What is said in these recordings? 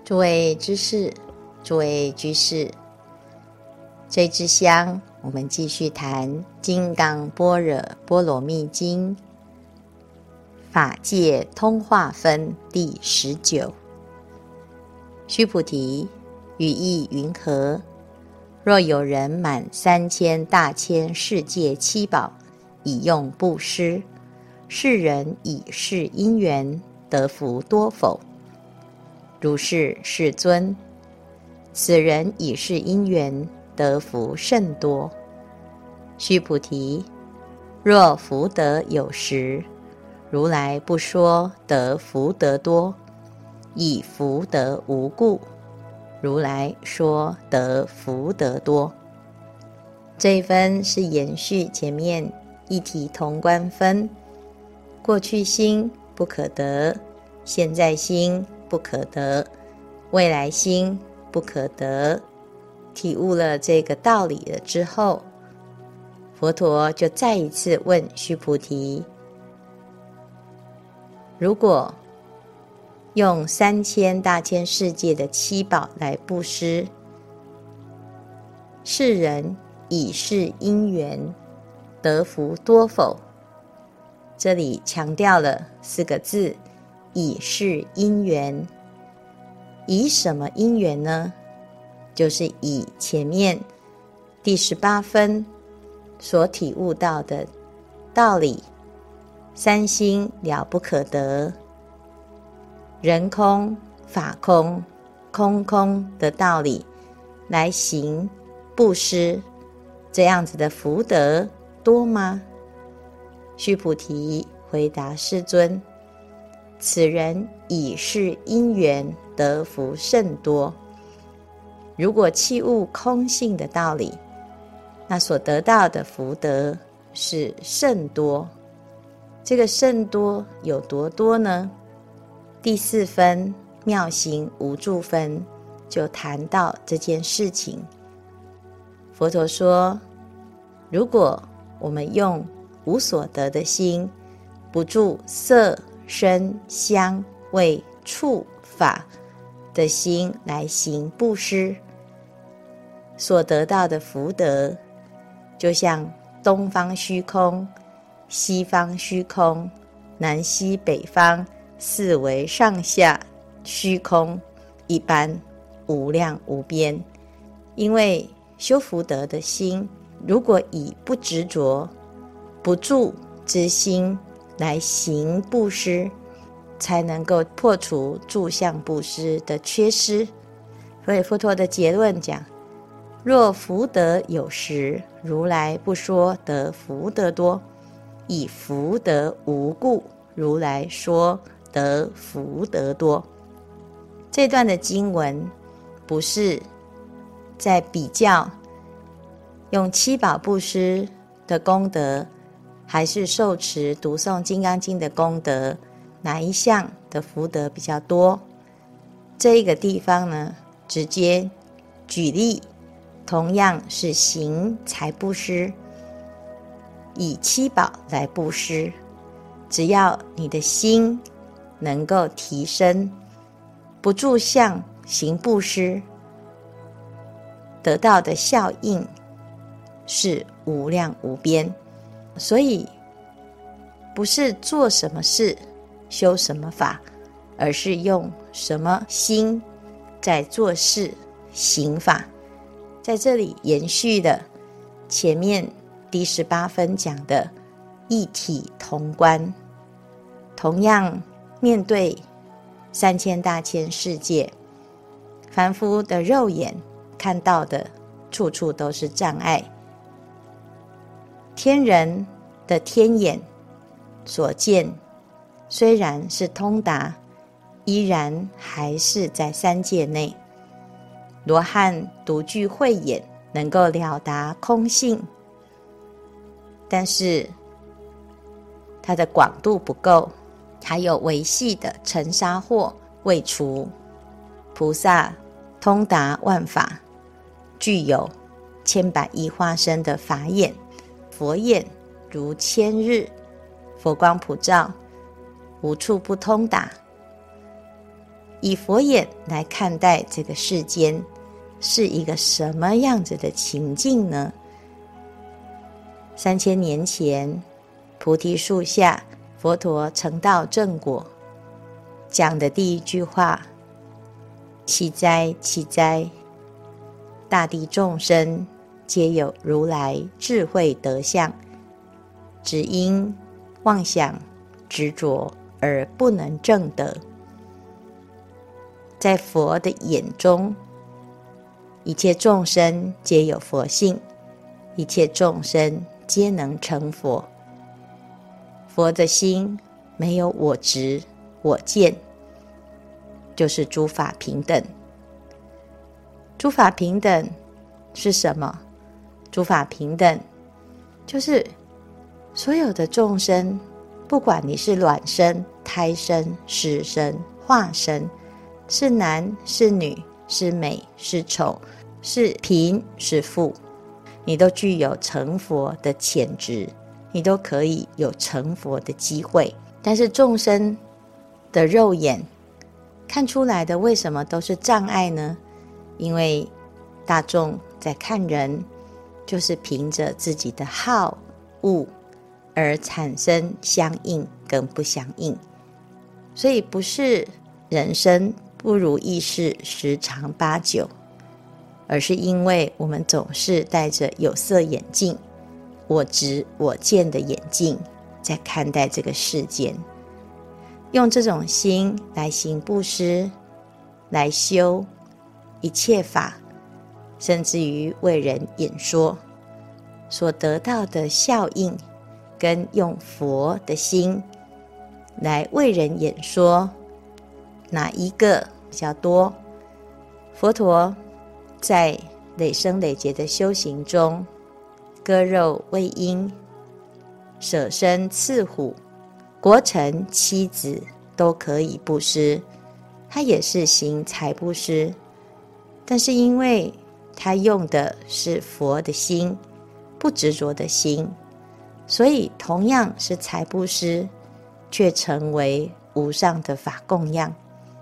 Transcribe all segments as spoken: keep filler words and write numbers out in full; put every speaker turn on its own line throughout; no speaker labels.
诸位知识，诸位居士，这支香我们继续谈《金刚般若波罗蜜经》法界通化分第十九。须菩提，语意云何？若有人满三千大千世界七宝，以用布施，是人以是因缘得福多否？如是，世尊。此人以是因缘得福甚多。须菩提，若福德有实，如来不说得福德多，以福德无故，如来说得福德多。这一分是延续前面一体同观分，过去心不可得，现在心不可得，未来心不可得。体悟了这个道理了之后，佛陀就再一次问须菩提，如果用三千大千世界的七宝来布施，是人以是因缘得福多否？这里强调了四个字，以是因缘。以什么因缘呢？就是以前面第十八分所体悟到的道理，三心了不可得，人空法空空空的道理来行布施，这样子的福德多吗？须菩提回答世尊，此人以是因缘得福甚多。如果弃悟空性的道理，那所得到的福德是甚多。这个甚多有多多呢？第四分妙行无住分就谈到这件事情。佛陀说，如果我们用无所得的心，不住色声香味触法的心来行布施，所得到的福德就像东方虚空、西方虚空、南西北方四维上下虚空一般无量无边。因为修福德的心，如果以不执着不住之心来行布施，才能够破除住相布施的缺失。所以佛陀的结论讲，若福德有实，如来不说得福德多，以福德无故，如来说得福德多。这段的经文不是在比较用七宝布施的功德，还是受持读诵金刚经的功德，哪一项的福德比较多？这一个地方呢，直接举例，同样是行财布施，以七宝来布施，只要你的心能够提升，不住相行布施，得到的效应是无量无边。所以不是做什么事修什么法，而是用什么心在做事行法。在这里延续的前面第十八分讲的一体同观，同样面对三千大千世界，凡夫的肉眼看到的处处都是障碍，天人的天眼所见虽然是通达，依然还是在三界内。罗汉独具慧眼，能够了达空性，但是它的广度不够，还有维系的尘沙惑未除。菩萨通达万法，具有千百亿化身的法眼，佛眼如千日，佛光普照，无处不通达。 以佛眼来看待这个世间，是一个什么样子的情境呢？三千年前，菩提树下，佛陀成道正果，讲的第一句话：奇哉奇哉，大地众生皆有如来智慧德相，只因妄想执着而不能证得。在佛的眼中，一切众生皆有佛性，一切众生皆能成佛。佛的心没有我执我见，就是诸法平等。诸法平等是什么？诸法平等就是所有的众生，不管你是卵生、胎生、湿生、化生，是男是女，是美是丑，是贫是富，你都具有成佛的潜质，你都可以有成佛的机会。但是众生的肉眼看出来的为什么都是障碍呢？因为大众在看人，就是凭着自己的好恶而产生相应跟不相应，所以不是人生不如意事十常八九，而是因为我们总是戴着有色眼镜，我执我见的眼镜在看待这个世间，用这种心来行布施，来修一切法，甚至于为人演说，所得到的效应，跟用佛的心来为人演说，哪一个比较多？佛陀在累生累劫的修行中，割肉喂鹰，舍身饲虎，国臣妻子都可以布施，他也是行财布施，但是因为他用的是佛的心，不执着的心，所以同样是财布施，却成为无上的法供养。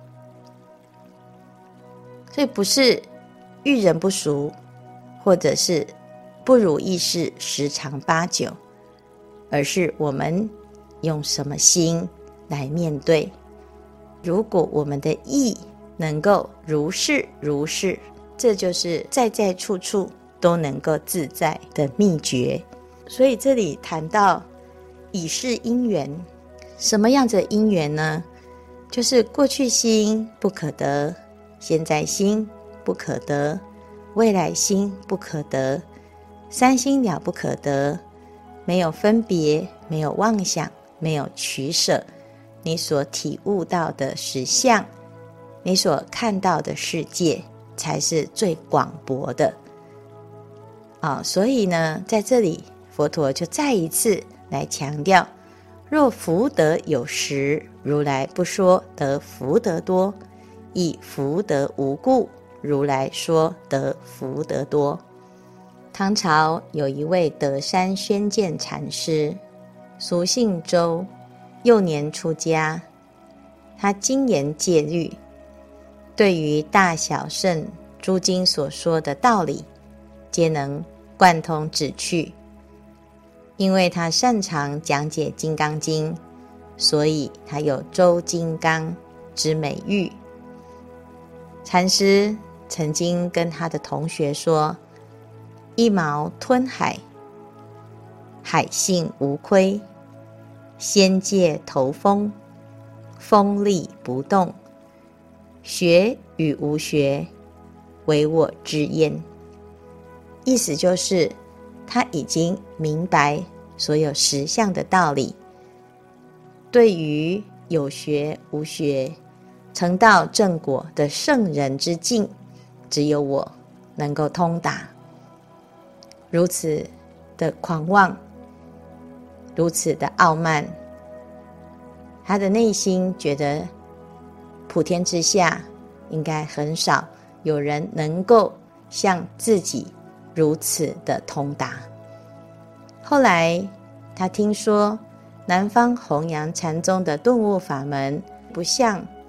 所以不是遇人不淑，或者是不如意事十常八九，而是我们用什么心来面对。如果我们的意能够如是如是，这就是在在处处都能够自在的秘诀。所以这里谈到以是因缘，什么样子的因缘呢？就是过去心不可得，现在心不可得，未来心不可得，三心了不可得，没有分别，没有妄想，没有取舍，你所体悟到的实相，你所看到的世界才是最广博的啊！所以呢，在这里佛陀就再一次来强调，若福德有实，如来不说得福德多，以福德无故，如来说得福德多。唐朝有一位德山宣鉴禅师，俗姓周，幼年出家，他精研戒律，对于大小圣诸经所说的道理，皆能贯通旨趣。因为他擅长讲解《金刚经》，所以他有周金刚之美誉。禅师曾经跟他的同学说，一毛吞海，海性无亏，仙界头风，风力不动，学与无学，唯我之焉。意思就是他已经明白所有实相的道理，对于有学无学成道正果的圣人之境，只有我能够通达。如此的狂妄，如此的傲慢，他的内心觉得普天之下应该很少有人能够像自己如此的通达。后来他听说南方弘扬禅宗的顿悟法门不像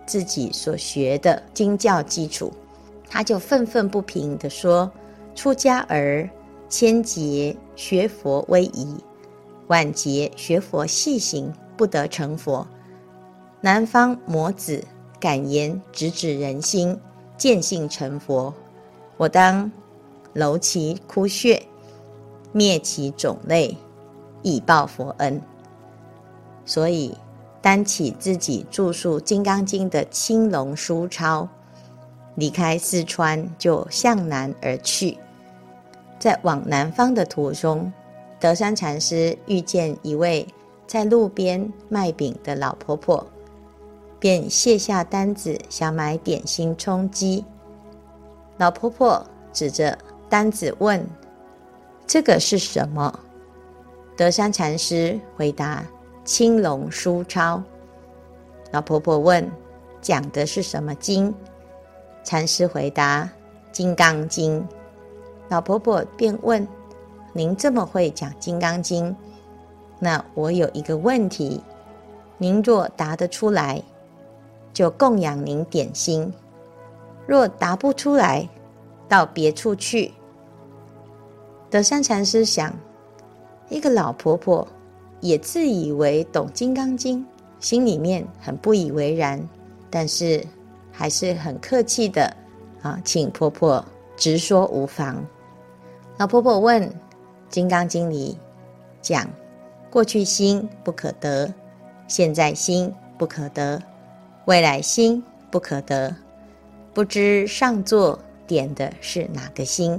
自己所学的经教基础，他就愤愤不平地说：出家儿千劫学佛威仪，万劫学佛细行，不得成佛。南方魔子敢言直指人心，见性成佛。我当揉其窟穴，灭其种类，以报佛恩。所以担起自己著述《金刚经》的青龙书抄，离开四川就向南而去。在往南方的途中，德山禅师遇见一位在路边卖饼的老婆婆，便卸下单子想买点心充饥。老婆婆指着单子问：这个是什么？德山禅师回答：青龙书抄。老婆婆问：讲的是什么经？禅师回答：金刚经。老婆婆便问：您这么会讲金刚经，那我有一个问题，您若答得出来，就供养您点心；若答不出来，到别处去。德山禅师想，一个老婆婆也自以为懂金刚经，心里面很不以为然，但是还是很客气的啊，请婆婆直说无妨。老婆婆问：金刚经里讲过去心不可得，现在心不可得，未来心不可得，不知上座点的是哪个心？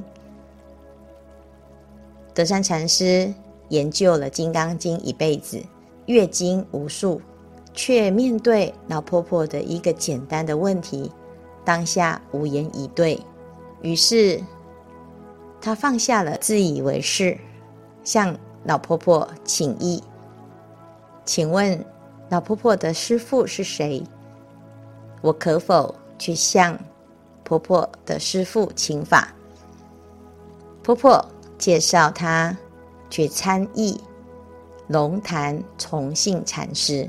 德山禅师研究了金刚经一辈子，阅经无数，却面对老婆婆的一个简单的问题，当下无言以对。于是他放下了自以为是，向老婆婆请益：请问老婆婆的师父是谁？我可否去向婆婆的师父请法？婆婆介绍她去参议龙潭崇信禅师。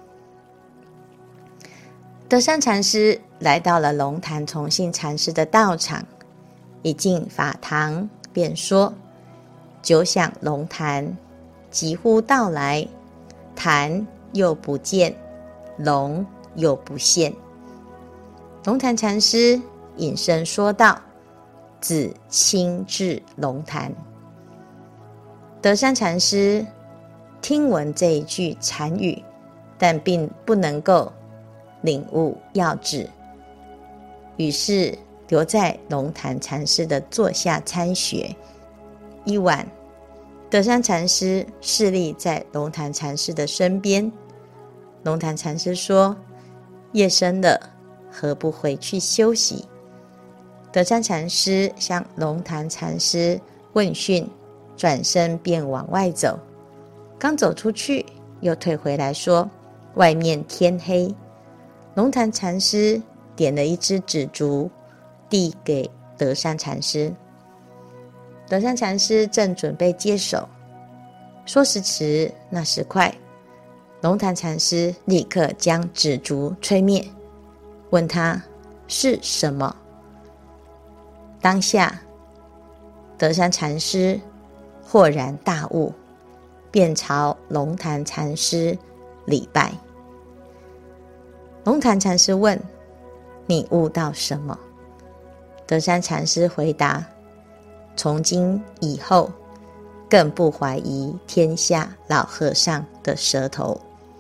德山禅师来到了龙潭崇信禅师的道场，一进法堂便说：久想龙潭，急呼到来，潭又不见，龙又不现。龙潭禅师引声说道：子亲至龙潭。德山禅师听闻这一句禅语，但并不能够领悟要旨，于是留在龙潭禅师的座下参学。一晚，德山禅师侍立在龙潭禅师的身边。龙潭禅师说：夜深了，何不回去休息？德山禅师向龙潭禅师问讯，转身便往外走。刚走出去，又退回来说：外面天黑。龙潭禅师点了一支纸烛，递给德山禅师。德山禅师正准备接手，说时迟，那时快，龙潭禅师立刻将纸烛吹灭，问他是什么。当下德山禅师豁然大悟，便朝龙潭禅师礼拜。龙潭禅师问：你悟到什么？德山禅师回答：从今以后，更不怀疑天下老和尚的舌头。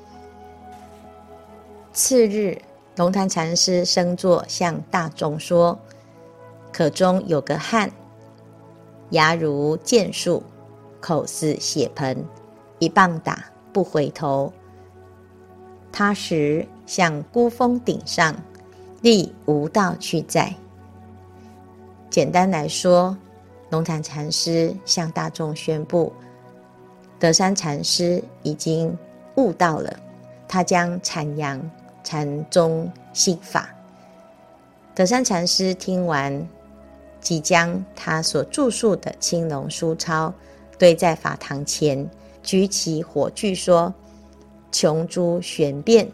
次日，龙潭禅师升座向大众说：可中有个汉，牙如剑树，口似血盆，一棒打不回头。他时向孤峰顶上，立无道去在。简单来说，龙潭禅师向大众宣布，德山禅师已经悟到了，他将阐扬禅宗心法。德山禅师听完，即将他所著述的青龙书抄堆在法堂前，举起火炬说：穷诸玄变，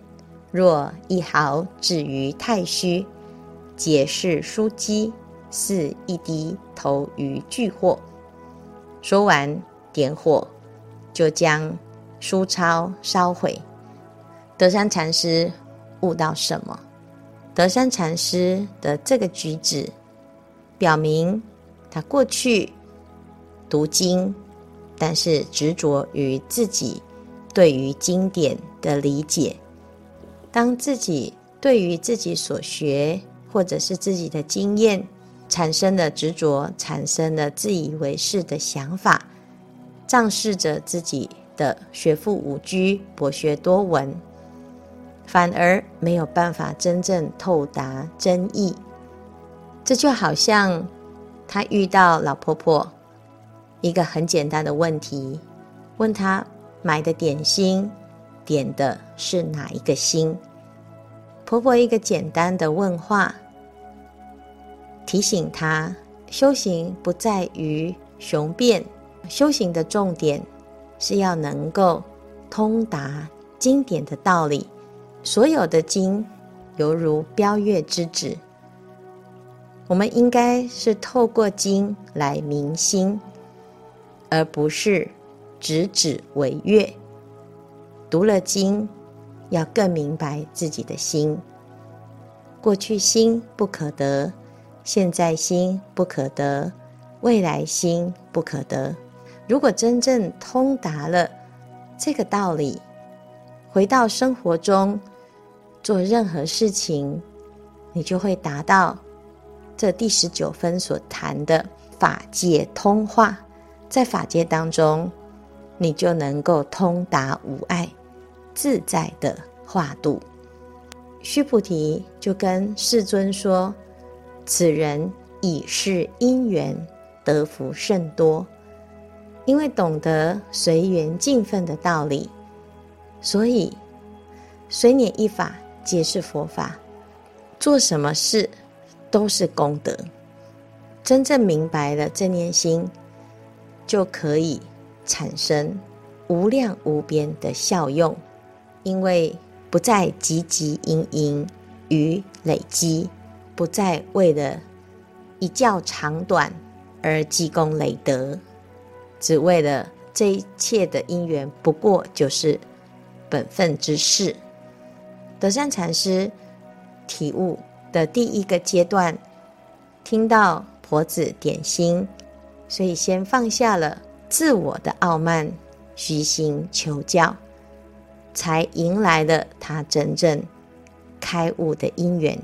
若一毫至于太虚，皆是枢机，似一滴投于巨火。说完，点火就将书抄烧毁。德山禅师悟到什么？德山禅师的这个举止，表明他过去读经，但是执着于自己对于经典的理解。当自己对于自己所学或者是自己的经验产生了执着，产生了自以为是的想法，仗势着自己的学富五车，博学多闻，反而没有办法真正透达真意。这就好像他遇到老婆婆一个很简单的问题，问他买的点心点的是哪一个心。婆婆一个简单的问话，提醒他修行不在于雄辩，修行的重点是要能够通达经典的道理。所有的经犹如标月之指，我们应该是透过经来明心，而不是直指为月。读了经，要更明白自己的心。过去心不可得，现在心不可得，未来心不可得。如果真正通达了这个道理，回到生活中做任何事情，你就会达到这第十九分所谈的法界通化。在法界当中，你就能够通达无碍，自在的化度。须菩提就跟世尊说，此人已是因缘，得福甚多。因为懂得随缘尽分的道理，所以随念一法皆是佛法，做什么事都是功德。真正明白了这念心，就可以产生无量无边的效用。因为不再汲汲营营于累积，不再为了一较长短而积功累德，只为了这一切的因缘不过就是本分之事。德山禅师体悟的第一个阶段，听到婆子点心，所以先放下了自我的傲慢，虚心求教，才迎来了他真正开悟的因缘。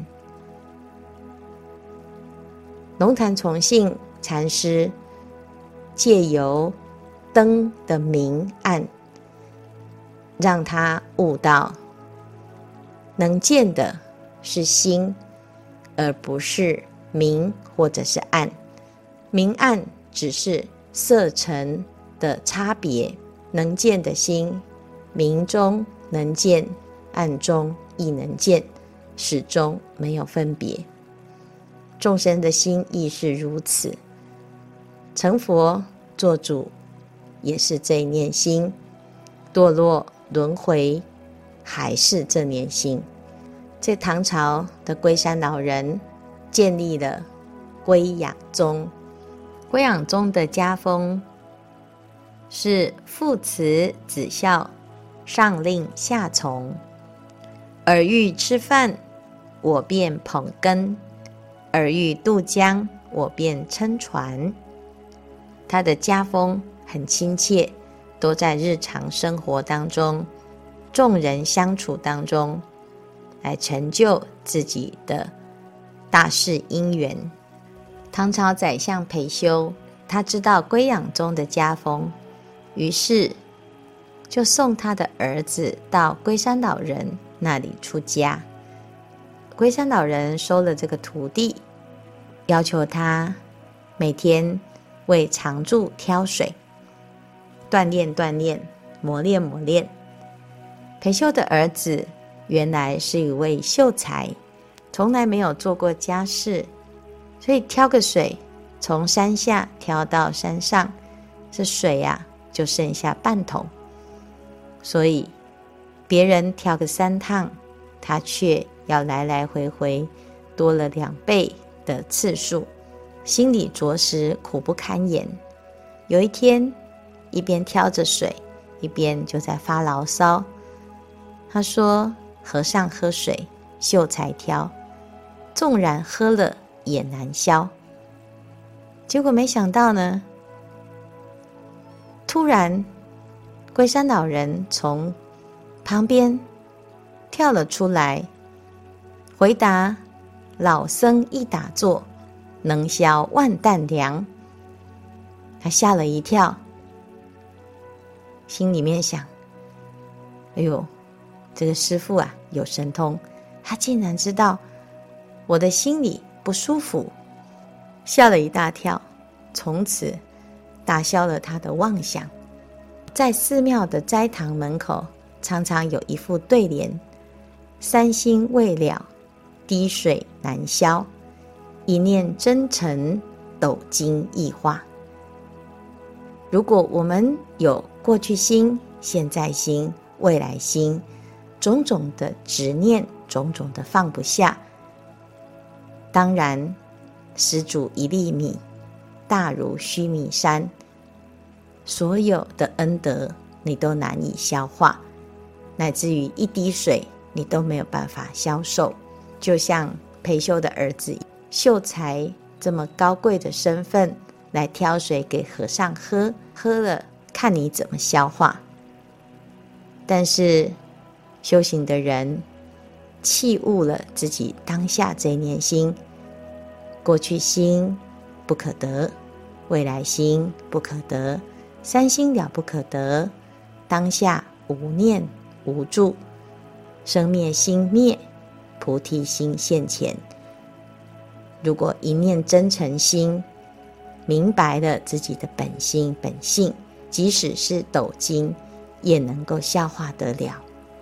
龙潭崇信禅师借由灯的明暗，让他悟到能见的是心，而不是明或者是暗。明暗只是色尘的差别，能见的心，明中能见，暗中亦能见，始终没有分别。众生的心亦是如此，成佛做主也是这一念心，堕落轮回还是这念心。在唐朝的龟山老人建立了龟养宗，龟养宗的家风是父慈子孝，上令下从。尔欲吃饭，我便捧羹；尔欲渡江，我便撑船。他的家风很亲切，都在日常生活当中，众人相处当中，来成就自己的大事因缘。唐朝宰相裴休，他知道龟养宗的家风，于是就送他的儿子到龟山老人那里出家。龟山老人收了这个徒弟，要求他每天为常住挑水，锻炼锻炼，磨练磨练。裴休的儿子原来是一位秀才，从来没有做过家事，所以挑个水，从山下挑到山上，这水啊就剩下半桶。所以别人挑个三趟， 他却要来来回回多了两倍的次数，心里着实苦不堪言。有一天，一边挑着水，一边就在发牢骚。他说：和尚喝水，秀才挑，纵然喝了也难消。结果没想到呢，突然龟山老人从旁边跳了出来，回答：老僧一打坐，能消万担粮。他吓了一跳，心里面想：哎呦，这个师父啊有神通，他竟然知道我的心里不舒服，吓了一大跳，从此打消了他的妄想。在寺庙的斋堂门口常常有一副对联：三心未了，滴水难消，一念真诚，斗金易化。如果我们有过去心、现在心、未来心，种种的执念，种种的放不下，当然施主一粒米，大如须弥山，所有的恩德你都难以消化，乃至于一滴水你都没有办法消受。就像裴秀的儿子秀才这么高贵的身份来挑水给和尚喝，喝了看你怎么消化。但是修行的人弃悟了自己当下这一念心，过去心不可得，未来心不可得，三心了不可得，当下无念无住，生灭心灭，菩提心现前。如果一念真诚心明白了自己的本心本性，即使是斗金也能够消化得了。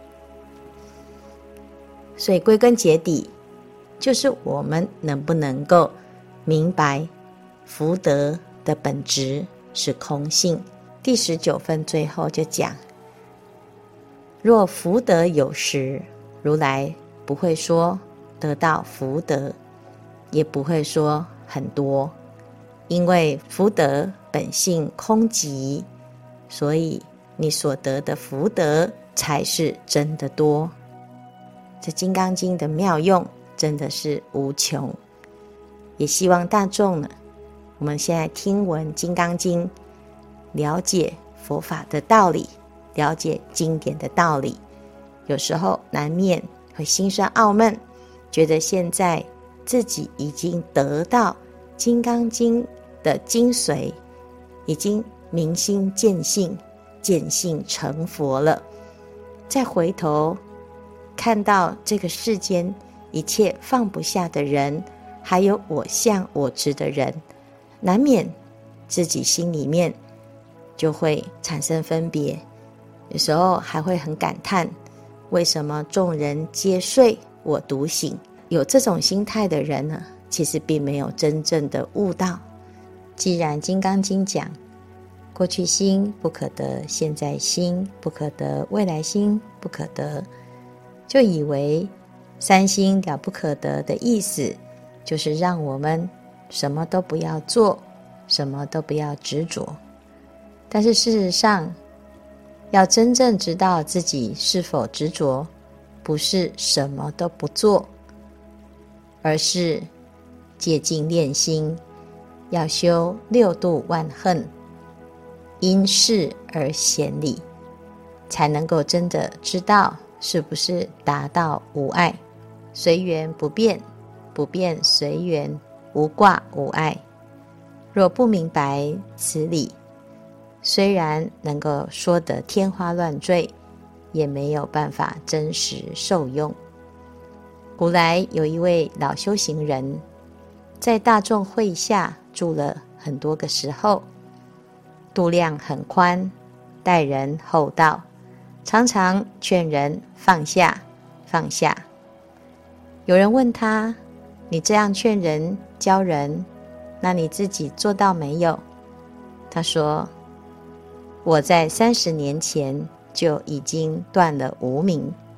所以归根结底，就是我们能不能够明白福德的本质是空性。第十九分最后就讲：若福德有时，如来不会说得到福德，也不会说很多，因为福德本性空寂，所以你所得的福德才是真的多。这《金刚经》的妙用真的是无穷，也希望大众呢，我们现在听闻《金刚经》，了解佛法的道理，了解经典的道理，有时候难免会心生傲闷，觉得现在自己已经得到《金刚经》的精髓，已经明心见性，见性成佛了。再回头看到这个世间一切放不下的人，还有我相我执的人，难免自己心里面就会产生分别，有时候还会很感叹，为什么众人皆睡，我独醒？有这种心态的人呢，其实并没有真正的悟道。既然《金刚经》讲过去心不可得，现在心不可得，未来心不可得，就以为三心了不可得的意思就是让我们什么都不要做，什么都不要执着。但是事实上，要真正知道自己是否执着，不是什么都不做，而是戒禁练心，要修六度万恨，因事而显理，才能够真的知道是不是达到无碍，随缘不变，不变随缘，无挂无碍。若不明白此理，虽然能够说得天花乱坠，也没有办法真实受用。古来有一位老修行人，在大众会下住了很多个时候，度量很宽，待人厚道，常常劝人放下放下。有人问他，你这样劝人教人，那你自己做到没有？他说，我在三十年前就已经断了无明，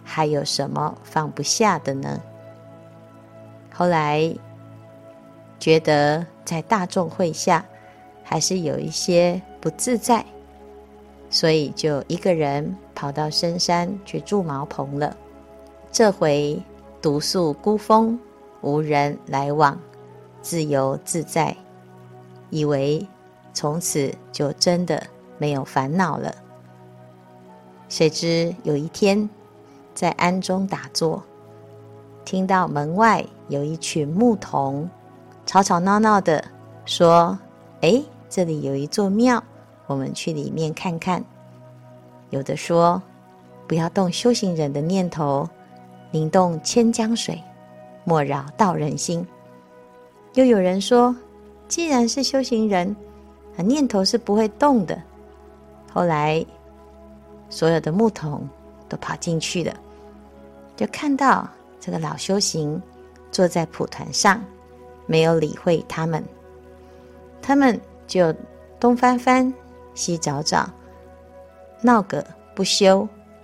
还有什么放不下的呢？后来觉得在大众会下还是有一些不自在，所以就一个人跑到深山去住茅棚了。这回独宿孤峰，无人来往，自由自在，以为从此就真的没有烦恼了。谁知有一天在庵中打坐，听到门外有一群牧童吵吵闹闹的说，诶，这里有一座庙，我们去里面看看。有的说，不要动修行人的念头，宁动千江水，莫扰道人心。又有人说，既然是修行人，念头是不会动的。后来所有的牧童都跑进去了，就看到这个老修行坐在蒲团上，没有理会他们。他们就东翻翻西找找，闹个不休。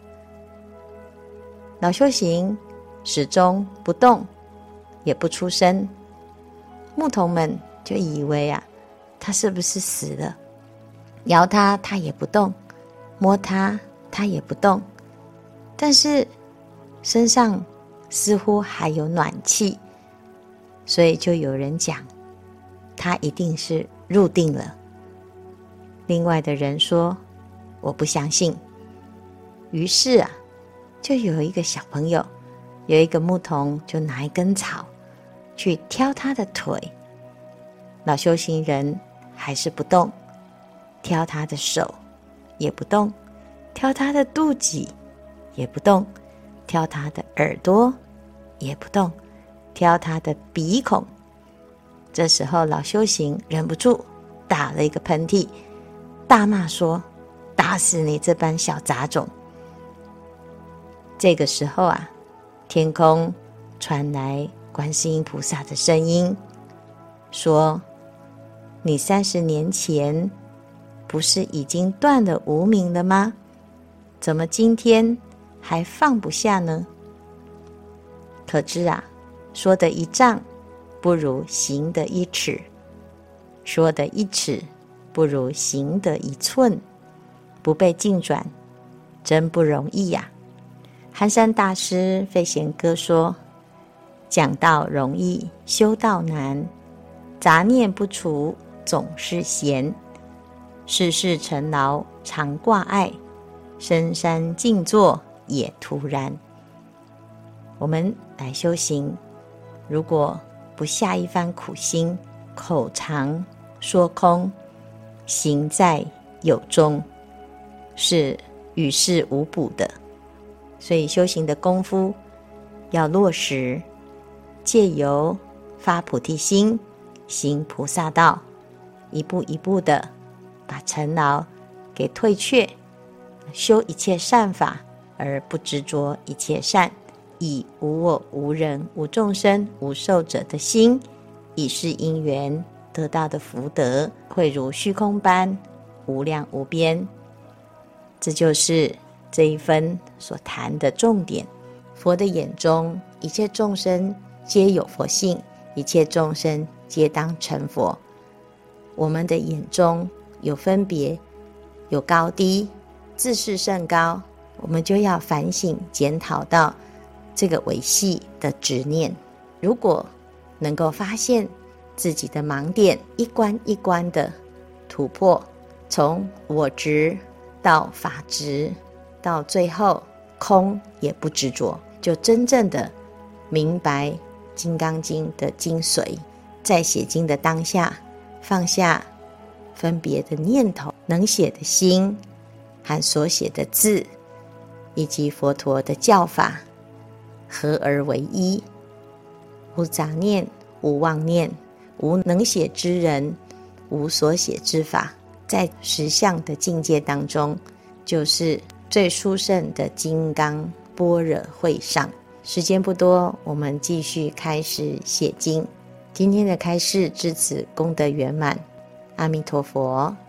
老修行始终不动，也不出声。牧童们就以为啊，他是不是死了？摇他，他也不动；摸他，他也不动。但是身上似乎还有暖气，所以就有人讲，他一定是入定了。另外的人说，我不相信。于是啊，就有一个小朋友，有一个牧童就拿一根草去挑他的腿，老修行人还是不动，挑他的手也不动，挑他的肚脐也不动，挑他的耳朵也不动，挑他的鼻孔。这时候老修行忍不住打了一个喷嚏，大骂说，打死你这般小杂种。这个时候啊，天空传来观世音菩萨的声音，说，你三十年前不是已经断了无明了吗？怎么今天还放不下呢？可知啊，说的一丈不如行的一尺，说的一尺不如行的一寸，不被境转真不容易呀、啊。寒山大师费贤歌说，讲道容易修道难，杂念不除总是闲，世事尘劳常挂碍，深山静坐也徒然。我们来修行，如果不下一番苦心，口常说空，行在有终，是与事无补的。所以修行的功夫要落实，借由发菩提心，行菩萨道，一步一步的把尘劳给退却，修一切善法而不执着一切善，以无我无人无众生无寿者的心，以是因缘得到的福德会如虚空般无量无边。这就是这一分所谈的重点。佛的眼中，一切众生皆有佛性，一切众生皆当成佛。我们的眼中有分别，有高低，自视甚高，我们就要反省检讨到这个维系的执念。如果能够发现自己的盲点，一关一关的突破，从我执到法执，到最后空也不执着，就真正的明白《金刚经》的精髓。在写经的当下，放下分别的念头，能写的心和所写的字，以及佛陀的教法合而为一，无杂念，无妄念，无能写之人，无所写之法。在实相的境界当中，就是最殊胜的金刚般若会上。时间不多，我们继续开始写经。今天的开示至此功德圆满，阿弥陀佛。